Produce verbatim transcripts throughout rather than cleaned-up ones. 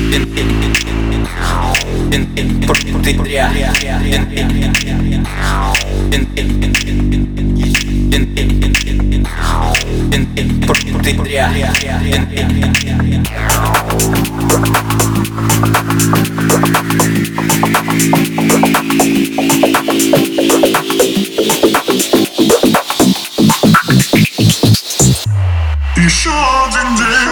Еще один день.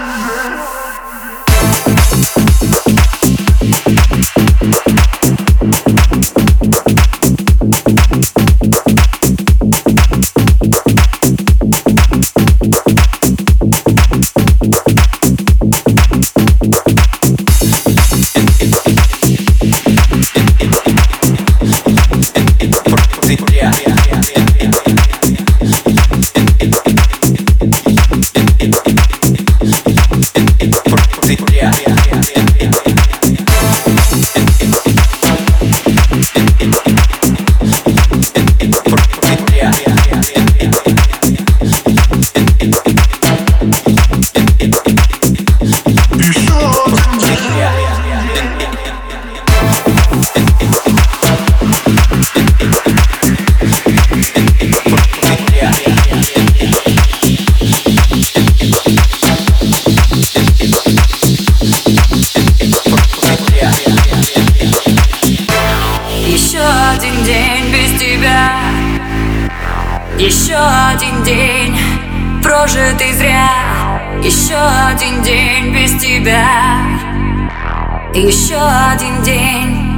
Еще один день прожитый зря. Еще один день без тебя. Еще один день.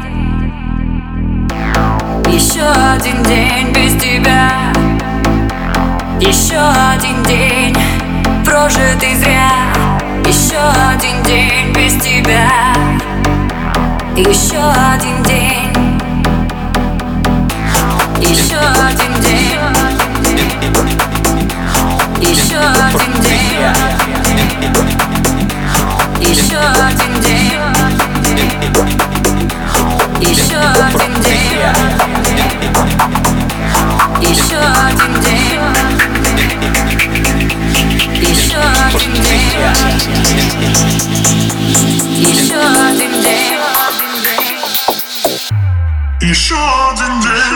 Еще один день без тебя. Еще один день прожитый зря. Еще один день без тебя. Еще один день. Еще один день. Еще один день. Еще один день. Еще один день. Еще один день. Еще один день. Еще один день. Еще один день.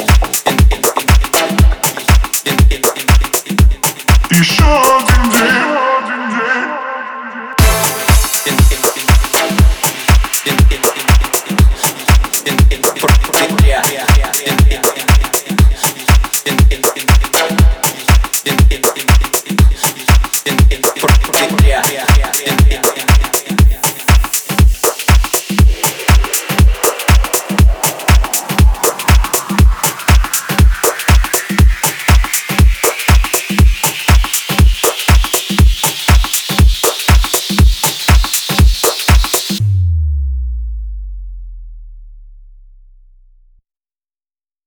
Еще один день.